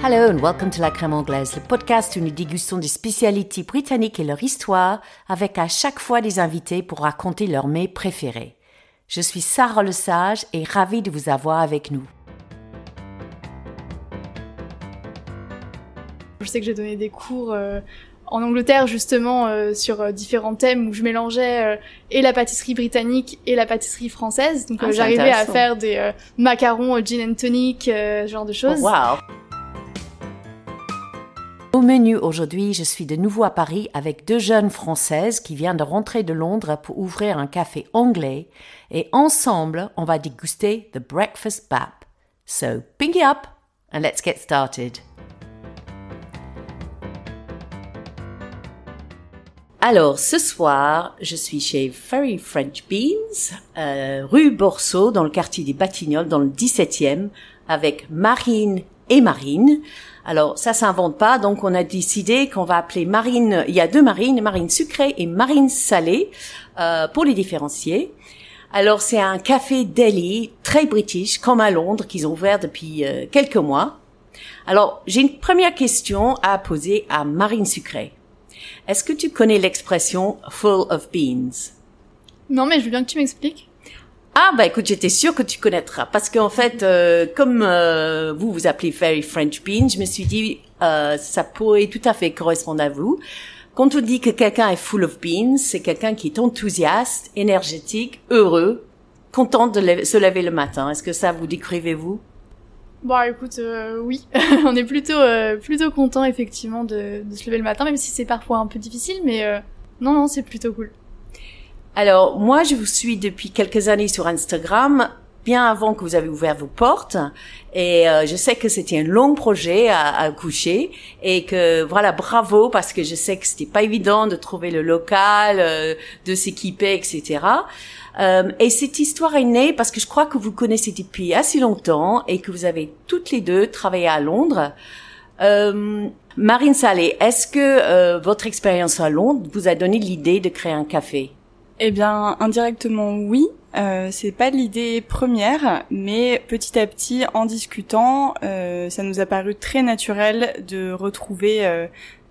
Hello and welcome to La Crème Anglaise, le podcast où nous dégustons des spécialités britanniques et leur histoire, avec à chaque fois des invités pour raconter leurs mets préférés. Je suis Sarah Lesage et ravie de vous avoir avec nous. Je sais que j'ai donné des cours en Angleterre justement sur différents thèmes où je mélangeais et la pâtisserie britannique et la pâtisserie française. Donc j'arrivais à faire des macarons gin and tonic, ce genre de choses. Oh, wow. Au menu aujourd'hui, je suis de nouveau à Paris avec deux jeunes Françaises qui viennent de rentrer de Londres pour ouvrir un café anglais et ensemble, on va déguster the breakfast bap. So, pinky up and let's get started. Alors, ce soir, je suis chez Very French Beans, rue Borceau, dans le quartier des Batignolles, dans le 17e, avec Marine et Marine. Alors, ça s'invente pas, donc on a décidé qu'on va appeler Marine, il y a deux Marines, Marine sucrée et Marine salée, pour les différencier. Alors, c'est un café deli, très british, comme à Londres, qu'ils ont ouvert depuis quelques mois. Alors, j'ai une première question à poser à Marine sucrée. Est-ce que tu connais l'expression « full of beans » ? Non, mais je veux bien que tu m'expliques. Ah, bah écoute, j'étais sûre que tu connaîtras. Parce qu'en fait, comme vous appelez Very French Beans, je me suis dit, ça pourrait tout à fait correspondre à vous. Quand on dit que quelqu'un est full of beans, c'est quelqu'un qui est enthousiaste, énergétique, heureux, content de se lever le matin. Est-ce que ça vous décrivez-vous ? Bah écoute, oui, on est plutôt content effectivement de se lever le matin, même si c'est parfois un peu difficile, mais non, c'est plutôt cool. Alors, moi, je vous suis depuis quelques années sur Instagram, bien avant que vous avez ouvert vos portes, et je sais que c'était un long projet à coucher, et que voilà, bravo, parce que je sais que c'était pas évident de trouver le local, de s'équiper, etc. Et cette histoire est née parce que je crois que vous connaissez depuis assez longtemps et que vous avez toutes les deux travaillé à Londres. Marine Salé, est-ce que votre expérience à Londres vous a donné l'idée de créer un café ? Eh bien, indirectement, oui. C'est pas l'idée première, mais petit à petit, en discutant, ça nous a paru très naturel de retrouver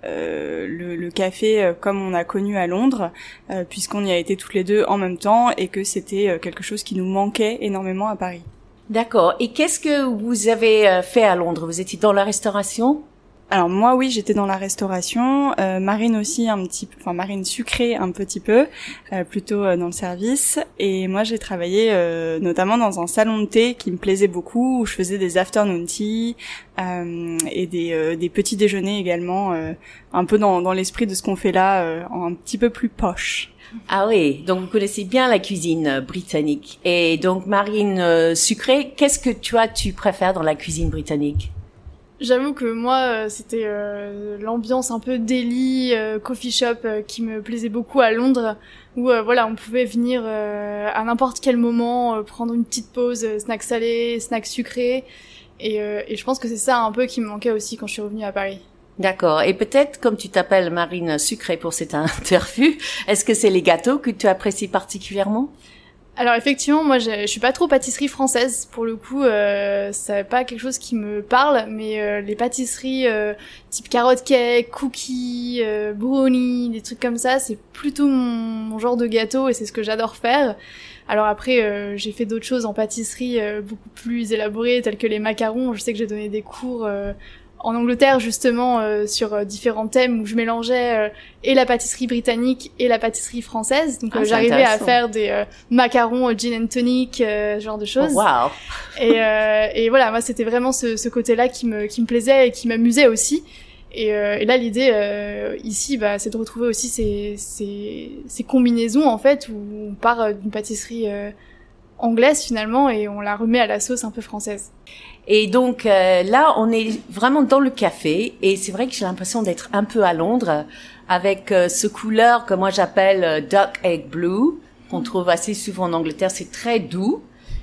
le café comme on a connu à Londres, puisqu'on y a été toutes les deux en même temps et que c'était quelque chose qui nous manquait énormément à Paris. D'accord. Et qu'est-ce que vous avez fait à Londres ? Vous étiez dans la restauration ? Alors moi oui, j'étais dans la restauration, Marine aussi Marine sucrée un petit peu, plutôt dans le service, et moi j'ai travaillé notamment dans un salon de thé qui me plaisait beaucoup, où je faisais des afternoon tea et des petits déjeuners également, un peu dans l'esprit de ce qu'on fait là, un petit peu plus poche. Ah oui, donc vous connaissez bien la cuisine britannique. Et donc Marine sucrée, qu'est-ce que tu préfères dans la cuisine britannique ? J'avoue que moi, c'était l'ambiance un peu deli, coffee shop qui me plaisait beaucoup à Londres, où voilà, on pouvait venir à n'importe quel moment, prendre une petite pause, snack salé, snack sucré, et je pense que c'est ça un peu qui me manquait aussi quand je suis revenue à Paris. D'accord. Et peut-être, comme tu t'appelles Marine sucrée pour cette interview, est-ce que c'est les gâteaux que tu apprécies particulièrement ? Alors effectivement, moi je suis pas trop pâtisserie française pour le coup, c'est pas quelque chose qui me parle, mais les pâtisseries type carrot cake, cookies, brownie, des trucs comme ça, c'est plutôt mon genre de gâteau et c'est ce que j'adore faire. Alors après j'ai fait d'autres choses en pâtisserie beaucoup plus élaborées telles que les macarons, je sais que j'ai donné des cours en Angleterre justement sur différents thèmes où je mélangeais et la pâtisserie britannique et la pâtisserie française. Donc j'arrivais à faire des macarons gin and tonic, ce genre de choses. Oh, wow. Et voilà, moi c'était vraiment ce côté-là qui me plaisait et qui m'amusait aussi. Et là l'idée ici c'est de retrouver aussi ces combinaisons en fait où on part d'une pâtisserie anglaise finalement et on la remet à la sauce un peu française. Et donc là, on est vraiment dans le café et c'est vrai que j'ai l'impression d'être un peu à Londres avec ce couleur que moi j'appelle duck egg blue qu'on trouve assez souvent en Angleterre. C'est très doux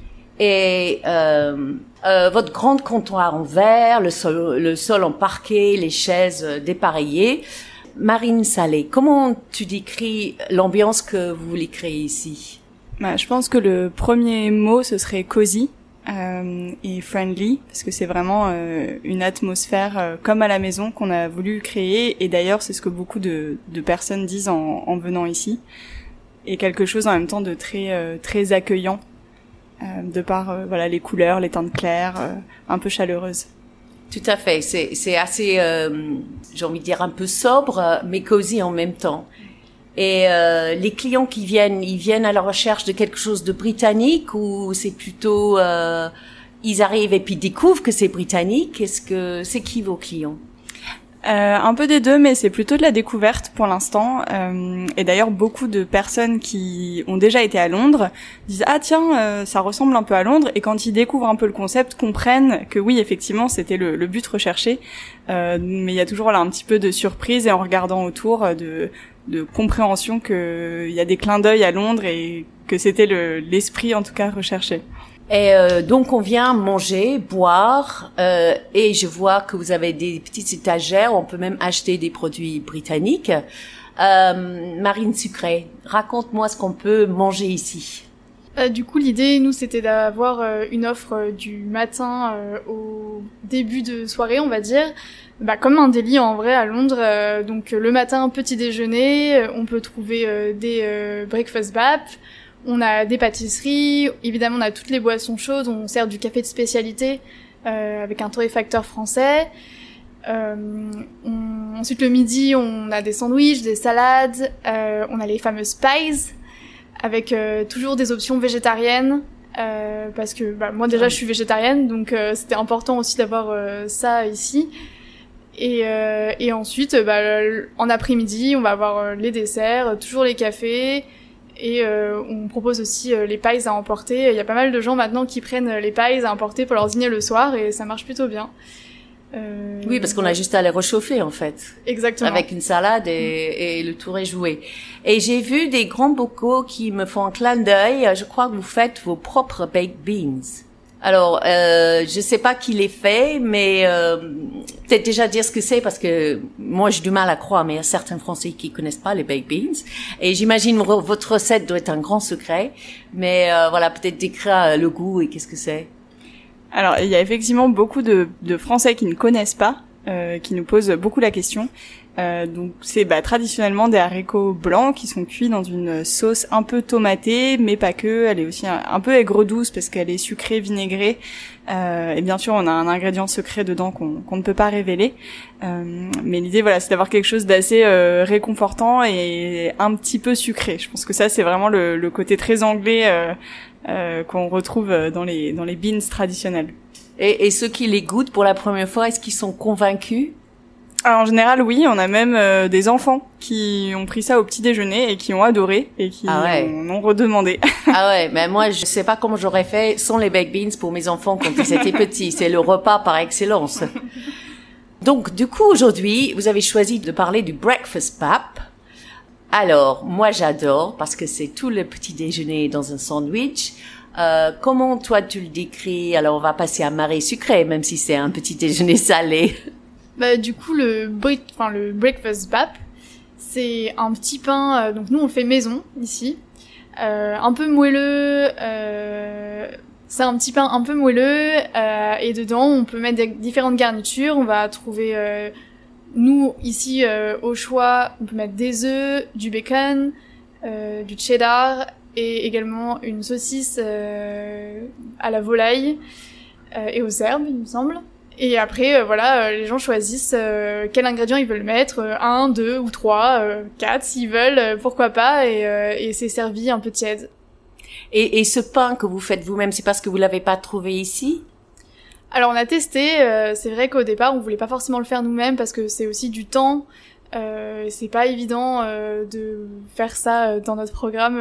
et votre grande comptoir en verre, le sol en parquet, les chaises dépareillées. Marine Salé, comment tu décris l'ambiance que vous voulez créer ici ? Je pense que le premier mot ce serait cosy. et friendly, parce que c'est vraiment une atmosphère comme à la maison qu'on a voulu créer, et d'ailleurs c'est ce que beaucoup de personnes disent en venant ici, et quelque chose en même temps de très accueillant, de par voilà les couleurs, les teintes claires, un peu chaleureuses. Tout à fait, c'est assez, j'ai envie de dire un peu sobre, mais cosy en même temps. Et les clients qui viennent, ils viennent à la recherche de quelque chose de britannique, ou c'est plutôt ils arrivent et puis découvrent que c'est britannique? Est-ce que c'est qui vos clients? Un peu des deux, mais c'est plutôt de la découverte pour l'instant. Et d'ailleurs, beaucoup de personnes qui ont déjà été à Londres disent ah tiens, ça ressemble un peu à Londres. Et quand ils découvrent un peu le concept, comprennent que oui, effectivement, c'était le but recherché. Mais il y a toujours là un petit peu de surprise, et en regardant autour, de compréhension que il y a des clins d'œil à Londres et que c'était l'esprit en tout cas recherché. Et donc on vient manger, boire, et je vois que vous avez des petites étagères, on peut même acheter des produits britanniques. Marine Sucré, raconte-moi ce qu'on peut manger ici. Du coup, l'idée, nous, c'était d'avoir une offre du matin au début de soirée, on va dire, comme un délit en vrai à Londres. Donc le matin, petit déjeuner, on peut trouver des breakfast bap. On a des pâtisseries, évidemment on a toutes les boissons chaudes, on sert du café de spécialité avec un torréfacteur français. Ensuite le midi on a des sandwichs, des salades, on a les fameuses pies avec toujours des options végétariennes parce que moi déjà je suis végétarienne donc c'était important aussi d'avoir ça ici. Et ensuite en après-midi on va avoir les desserts, toujours les cafés. Et on propose aussi les pies à emporter. Il y a pas mal de gens maintenant qui prennent les pies à emporter pour leur dîner le soir et ça marche plutôt bien. Oui, parce qu'on a juste à les réchauffer en fait. Exactement. Avec une salade et le tour est joué. Et j'ai vu des grands bocaux qui me font un clin d'œil. Je crois que vous faites vos propres baked beans. Alors, je sais pas qui les fait, mais peut-être déjà dire ce que c'est parce que moi j'ai du mal à croire, mais il y a certains Français qui connaissent pas les baked beans. Et j'imagine votre recette doit être un grand secret, mais voilà, peut-être décrire le goût et qu'est-ce que c'est. Alors, il y a effectivement beaucoup de Français qui ne connaissent pas, qui nous posent beaucoup la question. Donc c'est traditionnellement des haricots blancs qui sont cuits dans une sauce un peu tomatée, mais pas que. Elle est aussi un peu aigre-douce parce qu'elle est sucrée, vinaigrée. Et bien sûr, on a un ingrédient secret dedans qu'on ne peut pas révéler. Mais l'idée, voilà, c'est d'avoir quelque chose d'assez réconfortant et un petit peu sucré. Je pense que ça, c'est vraiment le côté très anglais qu'on retrouve dans les beans traditionnels. Et ceux qui les goûtent pour la première fois, est-ce qu'ils sont convaincus? Alors, en général, oui, on a même des enfants qui ont pris ça au petit déjeuner et qui ont adoré et qui en ont redemandé. Ah ouais, mais moi je sais pas comment j'aurais fait sans les baked beans pour mes enfants quand ils étaient petits. C'est le repas par excellence. Donc du coup aujourd'hui, vous avez choisi de parler du breakfast bap. Alors, moi j'adore parce que c'est tout le petit déjeuner dans un sandwich. Comment toi tu le décris? Alors on va passer à Marée Sucrée, même si c'est un petit déjeuner salé. Du coup, le breakfast bap, c'est un petit pain, donc nous on le fait maison, ici, un peu moelleux, c'est un petit pain un peu moelleux, et dedans on peut mettre différentes garnitures, on va trouver, nous ici au choix, on peut mettre des œufs, du bacon, du cheddar, et également une saucisse à la volaille, et aux herbes, il me semble. Et après, les gens choisissent quel ingrédient ils veulent mettre, 1, 2 ou 3, 4 s'ils veulent, pourquoi pas, et c'est servi un peu tiède. Et ce pain que vous faites vous-même, c'est parce que vous l'avez pas trouvé ici? Alors on a testé, c'est vrai qu'au départ on voulait pas forcément le faire nous-mêmes parce que c'est aussi du temps, c'est pas évident de faire ça dans notre programme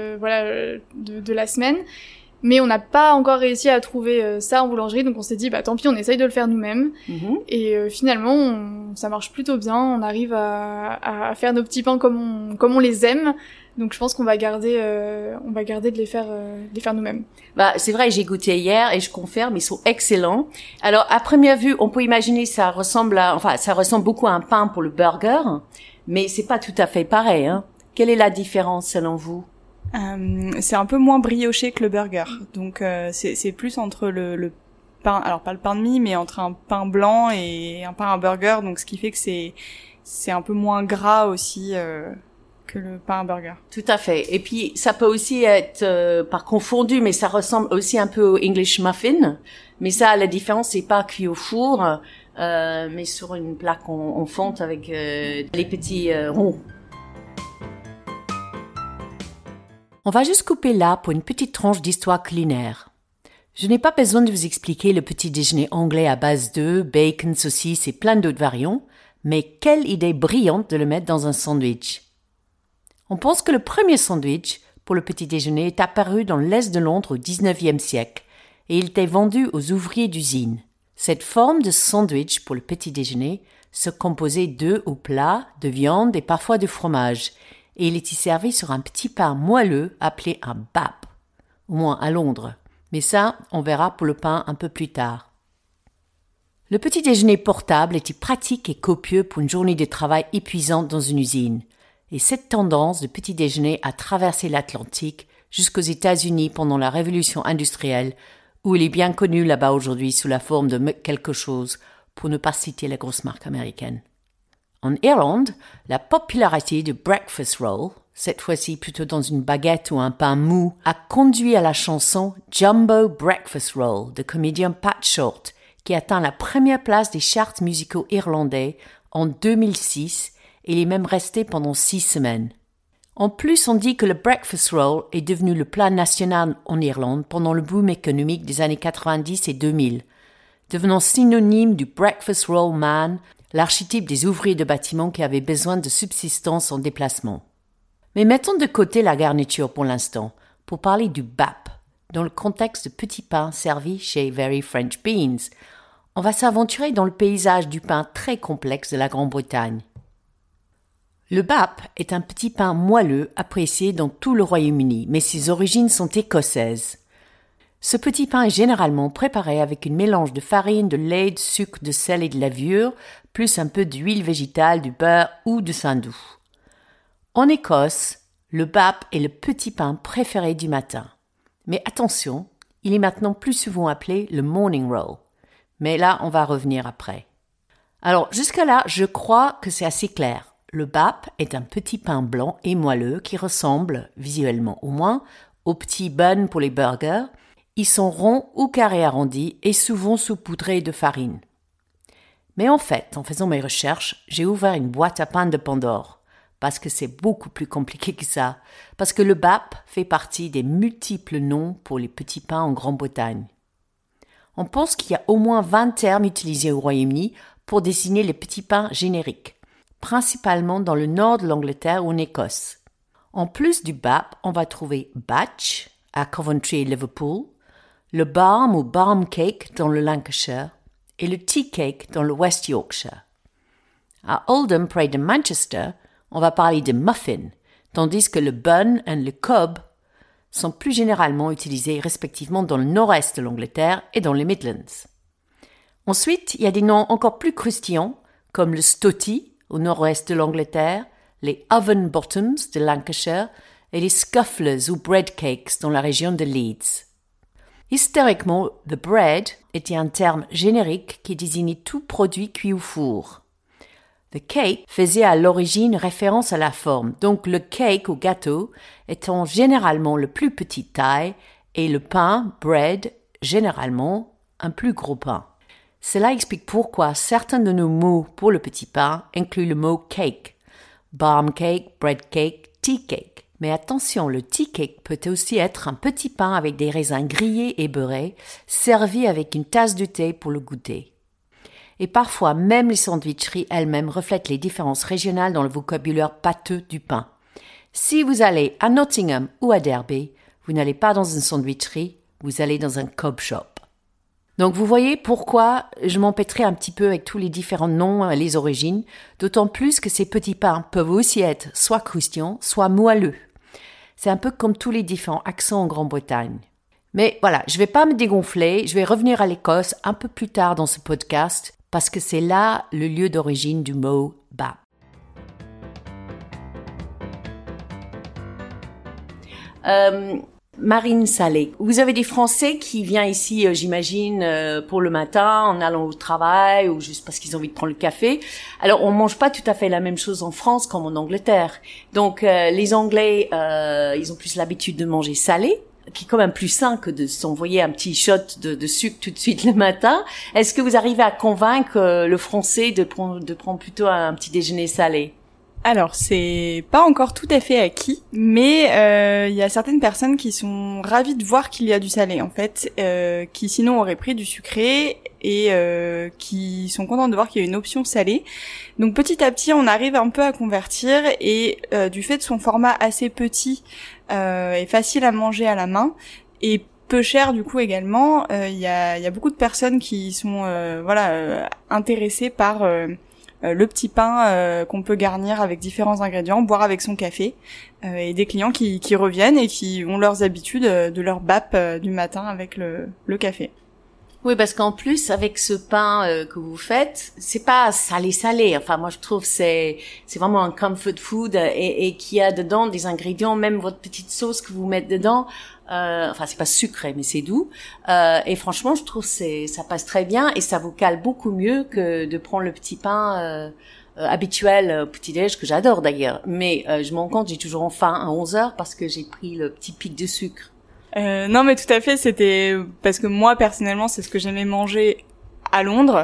de la semaine. Mais on n'a pas encore réussi à trouver ça en boulangerie, donc on s'est dit tant pis, on essaye de le faire nous-mêmes. Et finalement, ça marche plutôt bien. On arrive à faire nos petits pains comme on les aime. Donc je pense qu'on va garder de les faire nous-mêmes. C'est vrai, j'ai goûté hier et je confirme, ils sont excellents. Alors à première vue, on peut imaginer ça ressemble beaucoup à un pain pour le burger, mais c'est pas tout à fait pareil, hein. Quelle est la différence selon vous? C'est un peu moins brioché que le burger. Donc c'est plus entre le pain, alors pas le pain de mie, mais entre un pain blanc et un pain à burger, donc ce qui fait que c'est un peu moins gras aussi que le pain à burger. Tout à fait. Et puis ça peut aussi être pas confondu, mais ça ressemble aussi un peu au English muffin. Mais ça, la différence, c'est pas cuit au four, mais sur une plaque en fonte avec les petits ronds. On va juste couper là pour une petite tranche d'histoire culinaire. Je n'ai pas besoin de vous expliquer le petit déjeuner anglais à base d'œufs, bacon, saucisses et plein d'autres variants, mais quelle idée brillante de le mettre dans un sandwich. On pense que le premier sandwich pour le petit déjeuner est apparu dans l'est de Londres au XIXe siècle et il était vendu aux ouvriers d'usine. Cette forme de sandwich pour le petit déjeuner se composait d'œufs au plat, de viande et parfois de fromage et il était servi sur un petit pain moelleux appelé un bap, au moins à Londres. Mais ça, on verra pour le pain un peu plus tard. Le petit déjeuner portable était pratique et copieux pour une journée de travail épuisante dans une usine. Et cette tendance de petit déjeuner a traversé l'Atlantique jusqu'aux États-Unis pendant la révolution industrielle, où il est bien connu là-bas aujourd'hui sous la forme de quelque chose, pour ne pas citer la grosse marque américaine. En Irlande, la popularité du breakfast roll, cette fois-ci plutôt dans une baguette ou un pain mou, a conduit à la chanson Jumbo Breakfast Roll de comédien Pat Short, qui atteint la première place des charts musicaux irlandais en 2006 et il est même resté pendant 6 semaines. En plus, on dit que le breakfast roll est devenu le plat national en Irlande pendant le boom économique des années 90 et 2000, devenant synonyme du breakfast roll man, l'archétype des ouvriers de bâtiment qui avaient besoin de subsistance en déplacement. Mais mettons de côté la garniture pour l'instant, pour parler du bap, dans le contexte de petits pains servis chez Very French Beans. On va s'aventurer dans le paysage du pain très complexe de la Grande-Bretagne. Le bap est un petit pain moelleux apprécié dans tout le Royaume-Uni, mais ses origines sont écossaises. Ce petit pain est généralement préparé avec un mélange de farine, de lait, de sucre, de sel et de levure, plus un peu d'huile végétale, du beurre ou de saindoux. En Écosse, le bap est le petit pain préféré du matin. Mais attention, il est maintenant plus souvent appelé le morning roll. Mais là, on va revenir après. Alors, jusqu'à là, je crois que c'est assez clair. Le bap est un petit pain blanc et moelleux qui ressemble, visuellement au moins, aux petits buns pour les burgers. Ils sont ronds ou carrés arrondis et souvent saupoudrés de farine. Mais en fait, en faisant mes recherches, j'ai ouvert une boîte à pain de Pandore. Parce que c'est beaucoup plus compliqué que ça. Parce que le bap fait partie des multiples noms pour les petits pains en Grande-Bretagne. On pense qu'il y a au moins 20 termes utilisés au Royaume-Uni pour désigner les petits pains génériques, principalement dans le nord de l'Angleterre ou en Écosse. En plus du bap, on va trouver batch à Coventry et Liverpool, le barm ou barm cake dans le Lancashire et le tea cake dans le West Yorkshire. À Oldham, près de Manchester, on va parler de muffin, tandis que le bun et le cob sont plus généralement utilisés respectivement dans le nord-est de l'Angleterre et dans les Midlands. Ensuite, il y a des noms encore plus croustillants, comme le stotty au nord-ouest de l'Angleterre, les oven bottoms de Lancashire et les scufflers ou bread cakes dans la région de Leeds. Historiquement, the bread était un terme générique qui désignait tout produit cuit au four. The cake faisait à l'origine référence à la forme, donc le cake ou gâteau étant généralement le plus petite taille et le pain, bread, généralement un plus gros pain. Cela explique pourquoi certains de nos mots pour le petit pain incluent le mot cake, barm cake, bread cake, tea cake. Mais attention, le tea cake peut aussi être un petit pain avec des raisins grillés et beurrés, servi avec une tasse de thé pour le goûter. Et parfois, même les sandwicheries elles-mêmes reflètent les différences régionales dans le vocabulaire pâteux du pain. Si vous allez à Nottingham ou à Derby, vous n'allez pas dans une sandwicherie, vous allez dans un cob shop. Donc vous voyez pourquoi je m'empêterai un petit peu avec tous les différents noms et les origines, d'autant plus que ces petits pains peuvent aussi être soit croustillants, soit moelleux. C'est un peu comme tous les différents accents en Grande-Bretagne. Mais voilà, je vais pas me dégonfler, je vais revenir à l'Écosse un peu plus tard dans ce podcast, parce que c'est là le lieu d'origine du mot « bap ». Marine Salé, vous avez des Français qui viennent ici, j'imagine, pour le matin, en allant au travail ou juste parce qu'ils ont envie de prendre le café. Alors, on mange pas tout à fait la même chose en France comme en Angleterre. Donc, les Anglais, ils ont plus l'habitude de manger salé, qui est quand même plus sain que de s'envoyer un petit shot de sucre tout de suite le matin. Est-ce que vous arrivez à convaincre le Français de prendre plutôt un petit déjeuner salé? Alors, c'est pas encore tout à fait acquis, mais il y a certaines personnes qui sont ravies de voir qu'il y a du salé, en fait, qui sinon auraient pris du sucré et qui sont contentes de voir qu'il y a une option salée. Donc petit à petit, on arrive un peu à convertir et du fait de son format assez petit et facile à manger à la main et peu cher du coup également, il y a beaucoup de personnes qui sont intéressées par le petit pain qu'on peut garnir avec différents ingrédients, boire avec son café, et des clients qui reviennent et qui ont leurs habitudes de leur BAP du matin avec le café. Oui, parce qu'en plus, avec ce pain que vous faites, c'est pas salé. Enfin, moi, je trouve c'est vraiment un comfort food et qu'il y a dedans des ingrédients, même votre petite sauce que vous mettez dedans. Enfin, c'est pas sucré, mais c'est doux. Et franchement, je trouve ça passe très bien et ça vous cale beaucoup mieux que de prendre le petit pain habituel au petit-déj que j'adore d'ailleurs. Mais je me rends compte, j'ai toujours faim à 11h parce que j'ai pris le petit pic de sucre. Non, mais tout à fait, c'était parce que moi personnellement, c'est ce que j'aimais manger à Londres,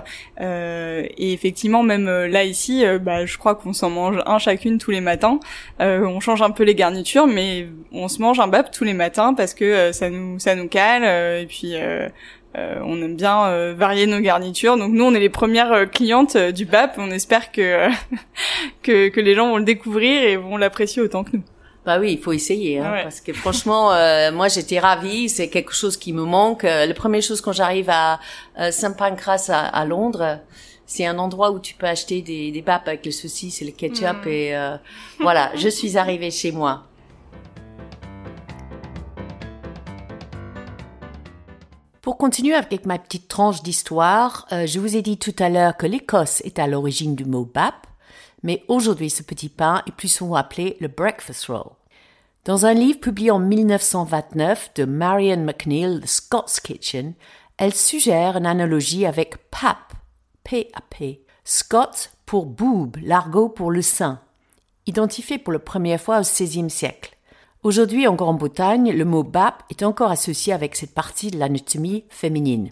et effectivement même là ici, je crois qu'on s'en mange un chacune tous les matins. On change un peu les garnitures, mais on se mange un BAP tous les matins parce que ça nous cale, et puis on aime bien varier nos garnitures. Donc nous, on est les premières clientes du BAP. On espère que que les gens vont le découvrir et vont l'apprécier autant que nous. Bah oui, il faut essayer, Ouais. Parce que franchement, moi j'étais ravie, c'est quelque chose qui me manque. La première chose quand j'arrive à St Pancras à Londres, c'est un endroit où tu peux acheter des BAP avec le saucisse et le ketchup et voilà, je suis arrivée chez moi. Pour continuer avec ma petite tranche d'histoire, je vous ai dit tout à l'heure que l'Écosse est à l'origine du mot BAP. Mais aujourd'hui, ce petit pain est plus souvent appelé le breakfast roll. Dans un livre publié en 1929 de Marion McNeill, The Scots Kitchen, elle suggère une analogie avec pap, P-A-P, Scot pour boob, l'argot pour le sein, identifié pour la première fois au XVIe siècle. Aujourd'hui, en Grande-Bretagne, le mot bap est encore associé avec cette partie de l'anatomie féminine.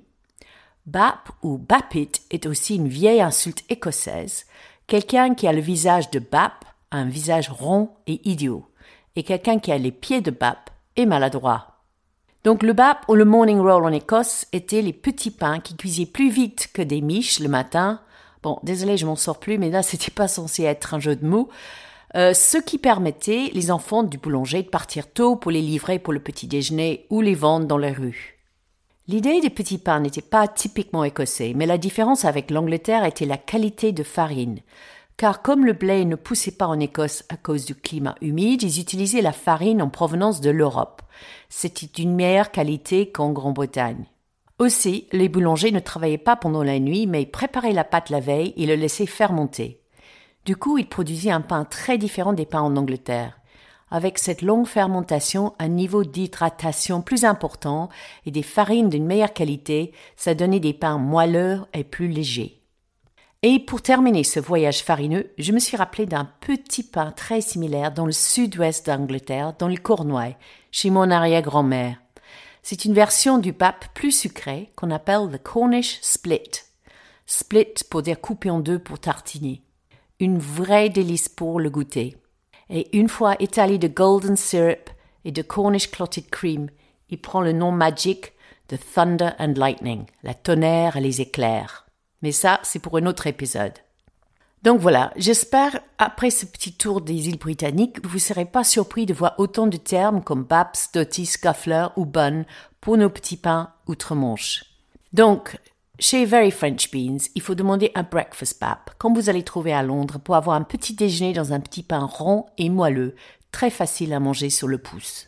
Bap ou bapit est aussi une vieille insulte écossaise. Quelqu'un qui a le visage de Bap a un visage rond et idiot, et quelqu'un qui a les pieds de Bap est maladroit. Donc le Bap ou le morning roll en Écosse étaient les petits pains qui cuisaient plus vite que des miches le matin. Bon, désolé, je m'en sors plus, mais là, c'était pas censé être un jeu de mots. Ce qui permettait les enfants du boulanger de partir tôt pour les livrer pour le petit déjeuner ou les vendre dans les rues. L'idée des petits pains n'était pas typiquement écossais, mais la différence avec l'Angleterre était la qualité de farine. Car comme le blé ne poussait pas en Écosse à cause du climat humide, ils utilisaient la farine en provenance de l'Europe. C'était d'une meilleure qualité qu'en Grande-Bretagne. Aussi, les boulangers ne travaillaient pas pendant la nuit, mais préparaient la pâte la veille et le laissaient fermenter. Du coup, ils produisaient un pain très différent des pains en Angleterre. Avec cette longue fermentation, un niveau d'hydratation plus important et des farines d'une meilleure qualité, ça donnait des pains moelleux et plus légers. Et pour terminer ce voyage farineux, je me suis rappelé d'un petit pain très similaire dans le sud-ouest d'Angleterre, dans le Cornouailles, chez mon arrière-grand-mère. C'est une version du bap plus sucré qu'on appelle le Cornish split. Split pour dire coupé en deux pour tartiner. Une vraie délice pour le goûter. Et une fois étalé de golden syrup et de Cornish clotted cream, il prend le nom magique de Thunder and Lightning, la tonnerre et les éclairs. Mais ça, c'est pour un autre épisode. Donc voilà, j'espère, après ce petit tour des îles britanniques, vous ne serez pas surpris de voir autant de termes comme baps, dotty, scuffler ou bun pour nos petits pains outre-Manche. Donc, chez Very French Beans, il faut demander un breakfast bap, comme vous allez trouver à Londres, pour avoir un petit déjeuner dans un petit pain rond et moelleux, très facile à manger sur le pouce.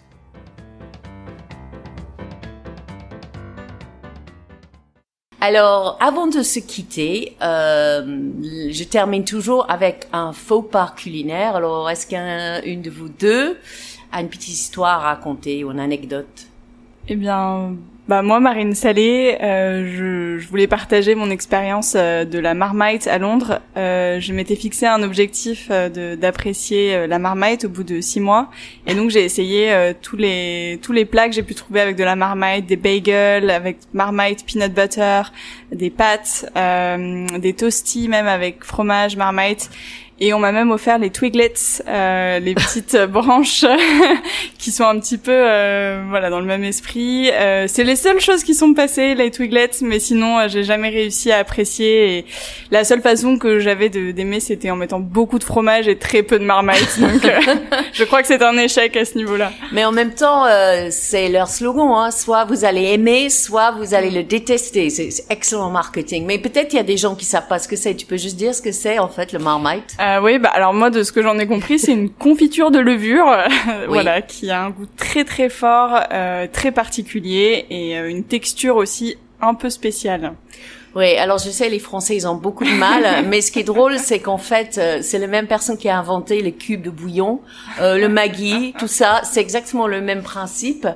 Alors, avant de se quitter, je termine toujours avec un faux pas culinaire. Alors, est-ce qu'une de vous deux a une petite histoire à raconter ou une anecdote? Eh bien, moi, Marine Salé, je voulais partager mon expérience de la Marmite à Londres. Je m'étais fixé un objectif d'apprécier la Marmite au bout de 6 mois, et donc j'ai essayé tous les plats que j'ai pu trouver avec de la Marmite, des bagels avec Marmite peanut butter, des pâtes, des toasties même avec fromage Marmite. Et on m'a même offert les Twiglets, les petites branches qui sont un petit peu dans le même esprit. C'est les seules choses qui sont passées, les Twiglets, mais sinon j'ai jamais réussi à apprécier. Et la seule façon que j'avais d'aimer, c'était en mettant beaucoup de fromage et très peu de Marmite. Donc je crois que c'est un échec à ce niveau-là. Mais en même temps, c'est leur slogan, hein. Soit vous allez aimer, soit vous allez le détester. C'est excellent marketing. Mais peut-être il y a des gens qui savent pas ce que c'est. Tu peux juste dire ce que c'est en fait le Marmite? Oui, alors moi, de ce que j'en ai compris, c'est une confiture de levure, Oui. Qui a un goût très très fort, très particulier, et une texture aussi un peu spéciale. Oui, alors je sais, les Français, ils ont beaucoup de mal, mais ce qui est drôle, c'est qu'en fait, c'est la même personne qui a inventé les cubes de bouillon, le Maggi, tout ça, c'est exactement le même principe.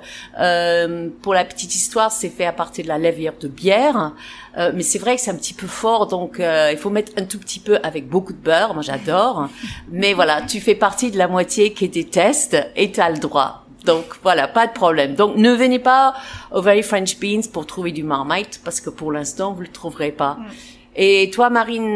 Pour la petite histoire, c'est fait à partir de la levure de bière, mais c'est vrai que c'est un petit peu fort, donc il faut mettre un tout petit peu avec beaucoup de beurre, moi j'adore, mais voilà, tu fais partie de la moitié qui déteste et t'as le droit. Donc voilà, pas de problème. Donc ne venez pas au Very French Beans pour trouver du Marmite, parce que pour l'instant vous le trouverez pas. Et toi, Marine,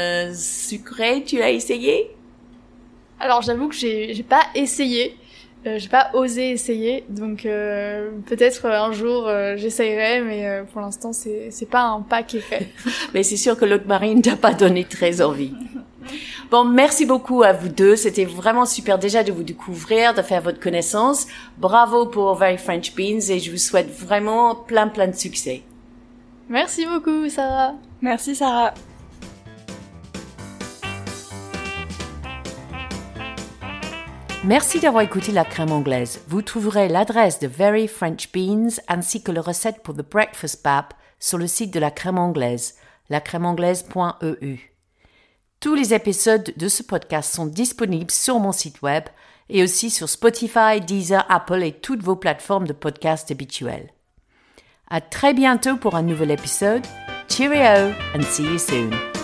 sucré, tu as essayé? Alors j'avoue que j'ai pas essayé, j'ai pas osé essayer, donc peut-être un jour j'essayerai, mais pour l'instant c'est pas un pas qui est fait. Mais c'est sûr que l'autre Marine t'a pas donné très envie. Bon, merci beaucoup à vous deux. C'était vraiment super déjà de vous découvrir, de faire votre connaissance. Bravo pour Very French Beans et je vous souhaite vraiment plein de succès. Merci beaucoup, Sarah. Merci, Sarah. Merci d'avoir écouté La Crème Anglaise. Vous trouverez l'adresse de Very French Beans ainsi que la recette pour The Breakfast Bap sur le site de La Crème Anglaise, lacrèmeanglaise.eu. Tous les épisodes de ce podcast sont disponibles sur mon site web et aussi sur Spotify, Deezer, Apple et toutes vos plateformes de podcast habituelles. À très bientôt pour un nouvel épisode. Cheerio and see you soon.